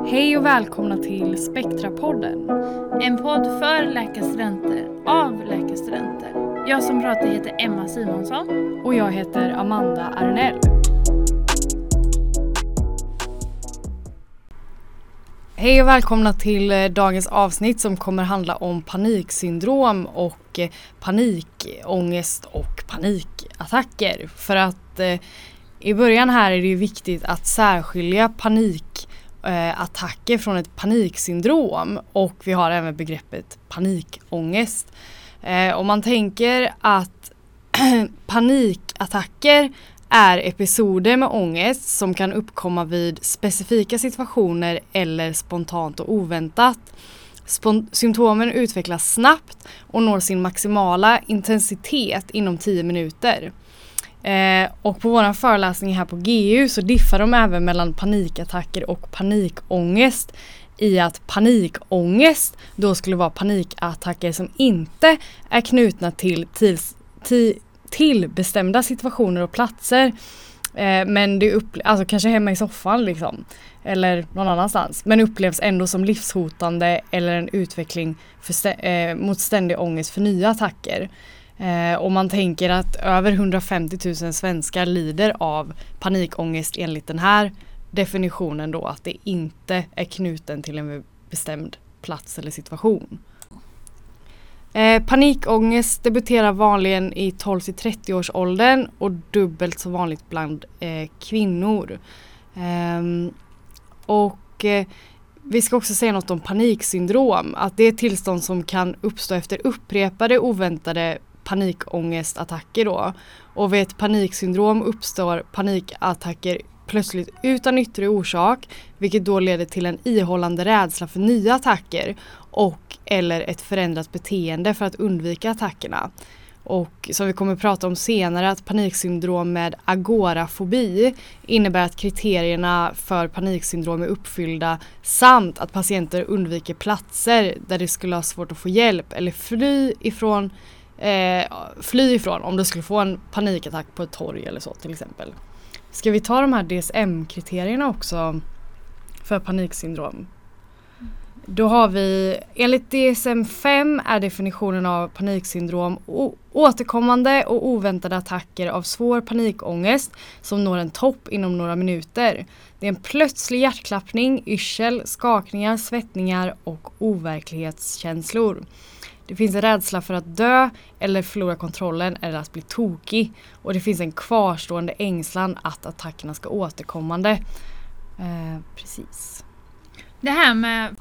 Hej och välkomna till Spektrapodden. En podd för läkarstudenter, av läkarstudenter. Jag som pratar heter Emma Simonsson. Och jag heter Amanda Arnell. Hej och välkomna till dagens avsnitt som kommer handla om paniksyndrom och panikångest och panikattacker. För att i början här är det ju viktigt att särskilja panikattacker från ett paniksyndrom, och vi har även begreppet panikångest. Om man tänker att panikattacker är episoder med ångest som kan uppkomma vid specifika situationer eller spontant och oväntat. Symptomen utvecklas snabbt och når sin maximala intensitet inom 10 minuter. Och på vår föreläsning här på GU så diffar de även mellan panikattacker och panikångest, i att panikångest då skulle vara panikattacker som inte är knutna till bestämda situationer och platser, men det alltså kanske hemma i soffan liksom, eller någon annanstans, men upplevs ändå som livshotande eller en utveckling mot ständig ångest för nya attacker. Och man tänker att över 150 000 svenskar lider av panikångest enligt den här definitionen då, att det inte är knuten till en bestämd plats eller situation. Panikångest debuterar vanligen i 12-30 års åldern och dubbelt så vanligt bland kvinnor. Vi ska också säga något om paniksyndrom, att det är ett tillstånd som kan uppstå efter upprepade oväntade panikångestattacker då. Och vid ett paniksyndrom uppstår panikattacker plötsligt utan yttre orsak, vilket då leder till en ihållande rädsla för nya attacker och eller ett förändrat beteende för att undvika attackerna. Och som vi kommer att prata om senare, att paniksyndrom med agorafobi innebär att kriterierna för paniksyndrom är uppfyllda samt att patienter undviker platser där det skulle ha svårt att få hjälp eller fly ifrån om det skulle få en panikattack på ett torg eller så till exempel. Ska vi ta de här DSM-kriterierna också för paniksyndrom? Då har vi, enligt DSM-5 är definitionen av paniksyndrom återkommande och oväntade attacker av svår panikångest som når en topp inom några minuter. Det är en plötslig hjärtklappning, yrsel, skakningar, svettningar och overklighetskänslor. Det finns en rädsla för att dö eller förlora kontrollen eller att bli tokig. Och det finns en kvarstående ängslan att attackerna ska återkommande. Precis. Det här med...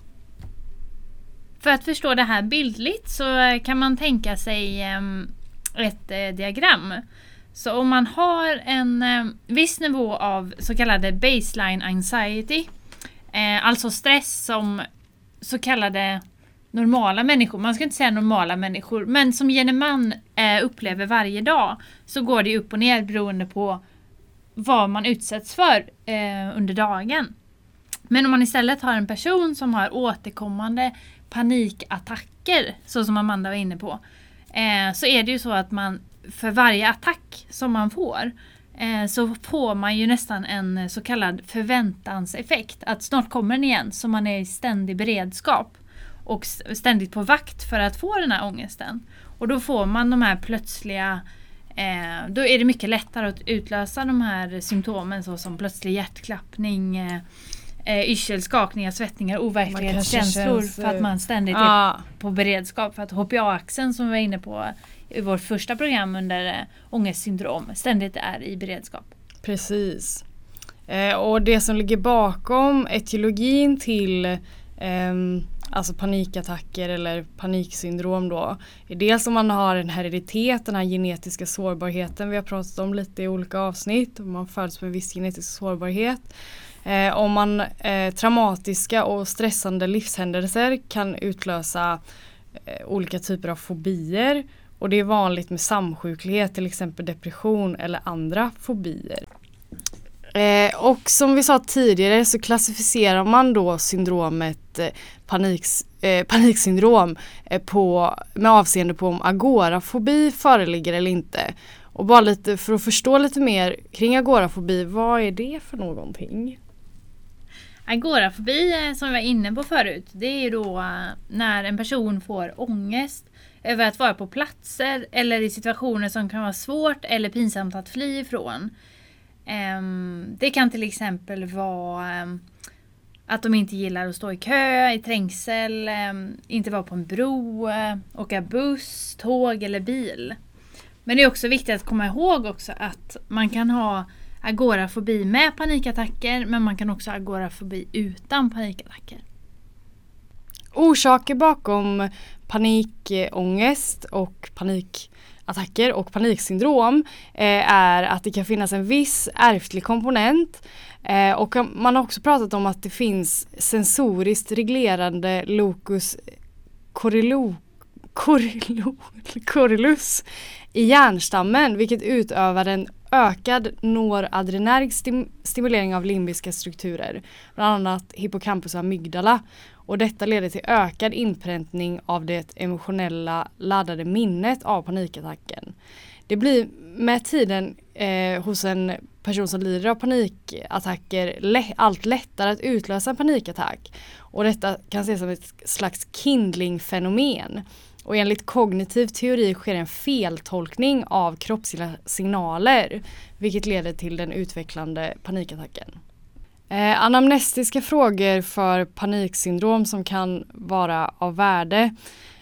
För att förstå det här bildligt så kan man tänka sig ett diagram. Så om man har en viss nivå av så kallade baseline anxiety, alltså stress som så kallade normala människor, man ska inte säga normala människor, men som gemene man upplever varje dag, så går det upp och ner beroende på vad man utsätts för under dagen. Men om man istället har en person som har återkommande panikattacker, så som Amanda var inne på, så är det ju så att man för varje attack som man får så får man ju nästan en så kallad förväntanseffekt, att snart kommer den igen, så man är i ständig beredskap och ständigt på vakt för att få den här ångesten. Och då får man de här plötsliga, då är det mycket lättare att utlösa de här symptomen, så som plötslig hjärtklappning, yrsel, skakningar, svettningar, overklighetskänslor, för att man ständigt är på beredskap. För att HPA-axeln som vi var inne på i vårt första program under ångestsyndrom ständigt är i beredskap. Precis. Och det som ligger bakom etiologin till alltså panikattacker eller paniksyndrom då, är dels om man har en hereditet, den här genetiska sårbarheten vi har pratat om lite i olika avsnitt, om man föds med en viss genetisk sårbarhet. Om man traumatiska och stressande livshändelser kan utlösa olika typer av fobier, och det är vanligt med samsjuklighet, till exempel depression eller andra fobier. Och som vi sa tidigare så klassificerar man då syndromet paniksyndrom med avseende på om agorafobi föreligger eller inte. Och bara lite för att förstå lite mer kring agorafobi, vad är det för någonting? Agorafobi som vi var inne på förut, det är ju då när en person får ångest över att vara på platser eller i situationer som kan vara svårt eller pinsamt att fly ifrån. Det kan till exempel vara att de inte gillar att stå i kö, i trängsel, inte vara på en bro, åka buss, tåg eller bil. Men det är också viktigt att komma ihåg också att man kan ha agorafobi med panikattacker, men man kan också ha agorafobi utan panikattacker. Orsaker bakom panikångest och panikattacker och paniksyndrom är att det kan finnas en viss ärftlig komponent, och man har också pratat om att det finns sensoriskt reglerande locus coeruleus i hjärnstammen, vilket utövar en ökad noradrenerg stimulering av limbiska strukturer, bland annat hippocampus och amygdala. Och detta leder till ökad inpräntning av det emotionella laddade minnet av panikattacken. Det blir med tiden hos en person som lider av panikattacker allt lättare att utlösa en panikattack. Och detta kan ses som ett slags kindling-fenomen. Och enligt kognitiv teori sker en feltolkning av kroppsliga signaler, vilket leder till den utvecklande panikattacken. Anamnestiska frågor för paniksyndrom som kan vara av värde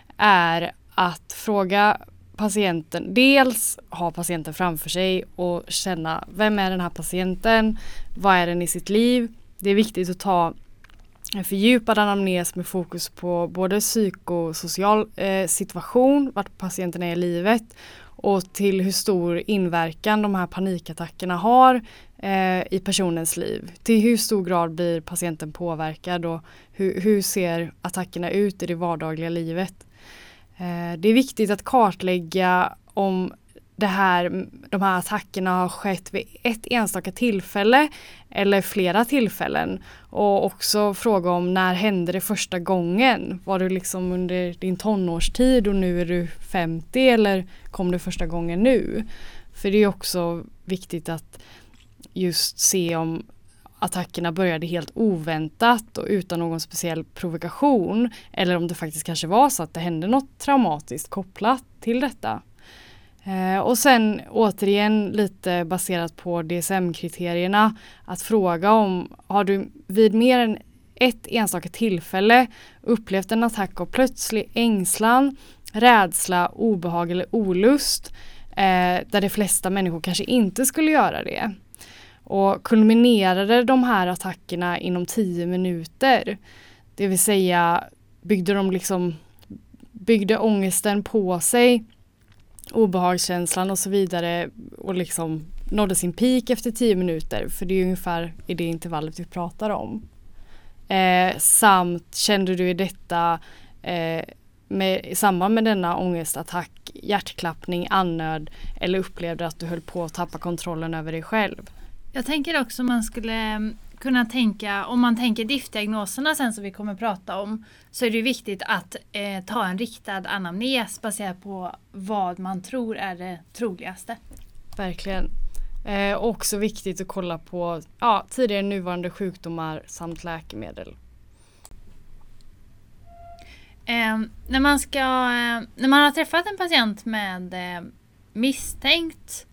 är att fråga patienten, dels ha patienten framför sig och känna, vem är den här patienten, vad är den i sitt liv. Det är viktigt att ta en fördjupad anamnes med fokus på både psykosocial situation, vart patienten är i livet, och till hur stor inverkan de här panikattackerna har i personens liv. Till hur stor grad blir patienten påverkad och hur ser attackerna ut i det vardagliga livet. Det är viktigt att kartlägga om de här attackerna har skett vid ett enstaka tillfälle eller flera tillfällen, och också fråga om när hände det första gången. Var du liksom under din tonårstid och nu är du 50, eller kom det första gången nu? För det är också viktigt att just se om attackerna började helt oväntat och utan någon speciell provokation, eller om det faktiskt kanske var så att det hände något traumatiskt kopplat till detta. Och sen återigen lite baserat på DSM-kriterierna att fråga om, har du vid mer än ett enstaka tillfälle upplevt en attack av plötslig ängslan, rädsla, obehag eller olust, där de flesta människor kanske inte skulle göra det. Och kulminerade de här attackerna inom 10 minuter, det vill säga byggde ångesten på sig, obehagskänslan och så vidare, och liksom nådde sin peak efter 10 minuter, för det är ungefär i det intervallet vi pratar om. Samt kände du i detta i samband med denna ångestattack hjärtklappning, andnöd, eller upplevde att du höll på att tappa kontrollen över dig själv? Jag tänker också man skulle kunna tänka, om man tänker DIF-diagnoserna sen som vi kommer prata om, så är det viktigt att ta en riktad anamnes baserat på vad man tror är det troligaste. Verkligen. Också viktigt att kolla på tidigare nuvarande sjukdomar samt läkemedel. När man har träffat en patient med misstänkt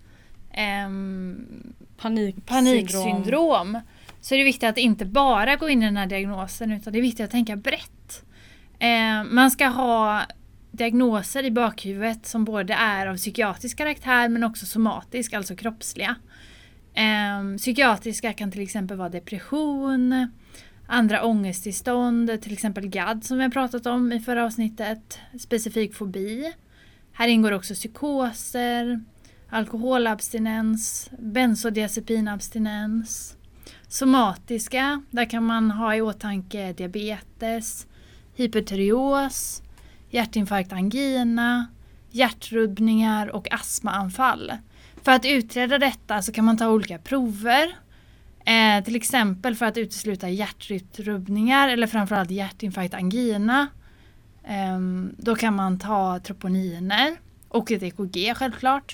paniksyndrom, så är det viktigt att inte bara gå in i den här diagnosen, utan det är viktigt att tänka brett. Man ska ha diagnoser i bakhuvudet som både är av psykiatrisk karaktär men också somatisk, alltså kroppsliga. Psykiatriska kan till exempel vara depression, andra ångesttillstånd, till exempel GAD som vi har pratat om i förra avsnittet, specifik fobi. Här ingår också psykoser, alkoholabstinens, bensodiazepinabstinens. Somatiska, där kan man ha i åtanke diabetes, hypertyreos, hjärtinfarkt, angina, hjärtrubbningar och astmaanfall. För att utreda detta så kan man ta olika prover. Till exempel för att utesluta hjärtrubbningar eller framförallt hjärtinfarkt, angina. Då kan man ta troponiner och ett EKG självklart.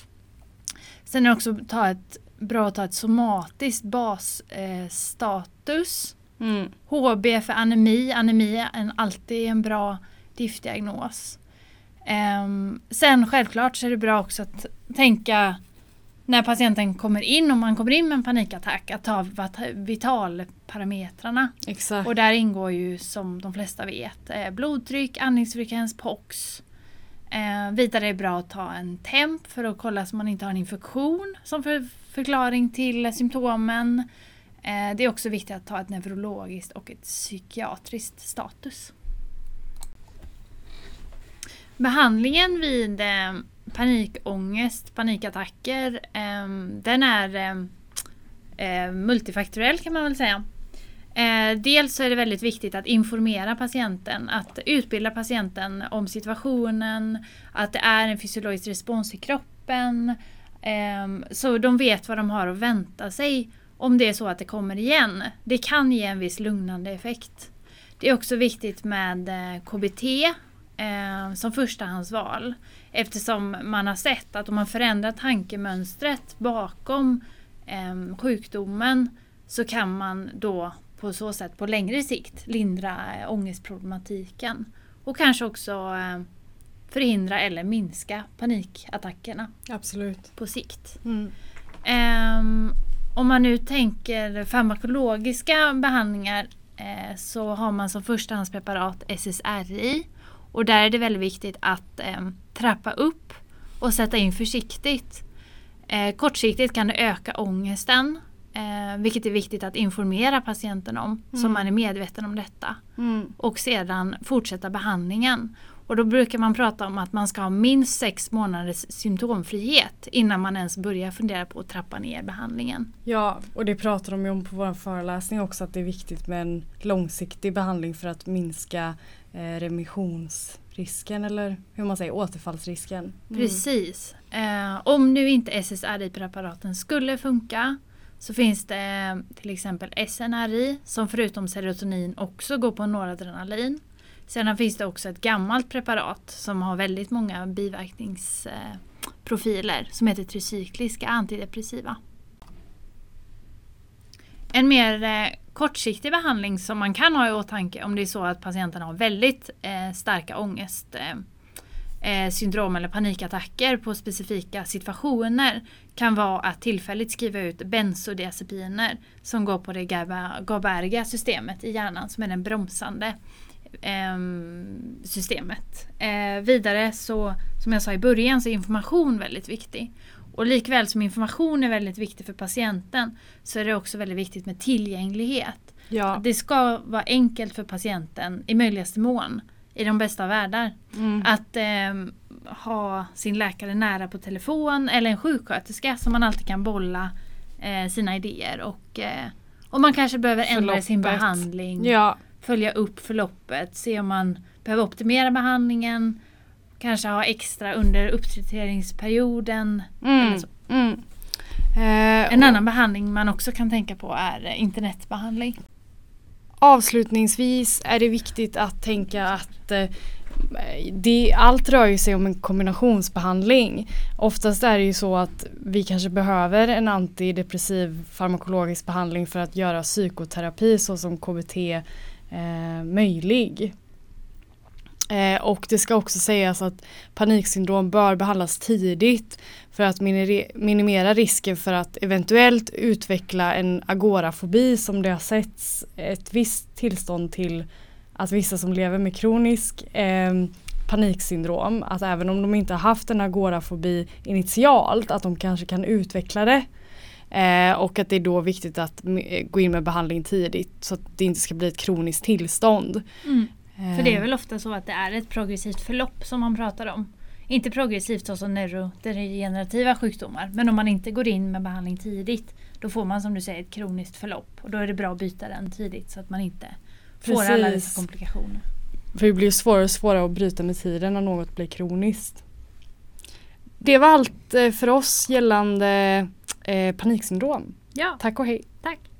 Sen är det också bra att ta ett somatiskt basstatus HB för anemi. Anemi är alltid en bra diftdiagnos. Sen självklart så är det bra också att tänka när patienten kommer in, om man kommer in med en panikattack, att ta vitalparametrarna. Exakt. Och där ingår ju, som de flesta vet, blodtryck, andningsfrekvens, POX. Vidare är det bra att ta en temp för att kolla så man inte har en infektion som förklaring till symptomen. Det är också viktigt att ta ett neurologiskt och ett psykiatriskt status. Behandlingen vid panikångest, panikattacker, den är multifaktoriell kan man väl säga. Dels så är det väldigt viktigt att informera patienten, att utbilda patienten om situationen, att det är en fysiologisk respons i kroppen, så de vet vad de har att vänta sig om det är så att det kommer igen. Det kan ge en viss lugnande effekt. Det är också viktigt med KBT som förstahandsval, eftersom man har sett att om man förändrar tankemönstret bakom sjukdomen så kan man då på så sätt på längre sikt lindra ångestproblematiken och kanske också förhindra eller minska panikattackerna. Absolut. På sikt. Om man nu tänker farmakologiska behandlingar så har man som förstahandspreparat SSRI, och där är det väldigt viktigt att trappa upp och sätta in försiktigt. Kortsiktigt kan det öka ångesten, vilket är viktigt att informera patienten om, så man är medveten om detta. Och sedan fortsätta behandlingen. Och då brukar man prata om att man ska ha minst 6 månaders symptomfrihet innan man ens börjar fundera på att trappa ner behandlingen. Ja, och det pratar de ju om på vår föreläsning också, att det är viktigt med en långsiktig behandling för att minska remissionsrisken, eller hur man säger, återfallsrisken. Precis. Om nu inte SSRI-preparaten skulle funka så finns det till exempel SNRI som förutom serotonin också går på noradrenalin. Sedan finns det också ett gammalt preparat som har väldigt många biverkningsprofiler som heter tricykliska antidepressiva. En mer kortsiktig behandling som man kan ha i åtanke om det är så att patienten har väldigt starka ångestsyndrom eller panikattacker på specifika situationer kan vara att tillfälligt skriva ut bensodiazepiner som går på det GABAergiska systemet i hjärnan, som är den bromsande systemet. Vidare så, som jag sa i början, så är information väldigt viktig. Och likväl som information är väldigt viktig för patienten så är det också väldigt viktigt med tillgänglighet. Ja. Det ska vara enkelt för patienten i möjligaste mån, i de bästa världar, att ha sin läkare nära på telefon eller en sjuksköterska som man alltid kan bolla sina idéer och om man kanske behöver ändra sin behandling. Ja. Följa upp förloppet, se om man behöver optimera behandlingen, kanske ha extra under uppdateringsperioden. Eller så. En annan behandling man också kan tänka på är internetbehandling. Avslutningsvis är det viktigt att tänka att allt rör ju sig om en kombinationsbehandling. Oftast är det ju så att vi kanske behöver en antidepressiv farmakologisk behandling för att göra psykoterapi såsom KBT möjlig. Och det ska också sägas att paniksyndrom bör behandlas tidigt för att minimera risken för att eventuellt utveckla en agorafobi, som det har setts ett visst tillstånd till att vissa som lever med kronisk paniksyndrom, att även om de inte har haft en agorafobi initialt, att de kanske kan utveckla det. Och att det är då viktigt att gå in med behandling tidigt så att det inte ska bli ett kroniskt tillstånd. För det är väl ofta så att det är ett progressivt förlopp som man pratar om. Inte progressivt såsom neurodegenerativa sjukdomar, men om man inte går in med behandling tidigt, då får man som du säger ett kroniskt förlopp. Och då är det bra att byta den tidigt så att man inte får alla dessa komplikationer. För det blir svårare och svårare att bryta med tiden när något blir kroniskt. Det var allt för oss gällande paniksyndrom. Ja. Tack och hej. Tack.